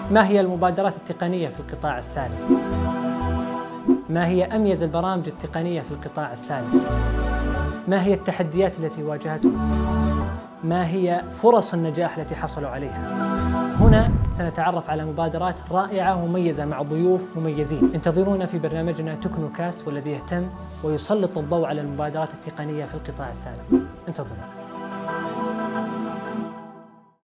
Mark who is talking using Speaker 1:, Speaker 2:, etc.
Speaker 1: ما هي المبادرات التقنية في القطاع الثالث؟ ما هي أميز البرامج التقنية في القطاع الثالث؟ ما هي التحديات التي واجهتهم؟ ما هي فرص النجاح التي حصلوا عليها؟ هنا سنتعرف على مبادرات رائعة ومميزة مع ضيوف مميزين. انتظرونا في برنامجنا تكنو كاست، والذي يهتم ويسلط الضوء على المبادرات التقنية في القطاع الثالث. انتظرونا.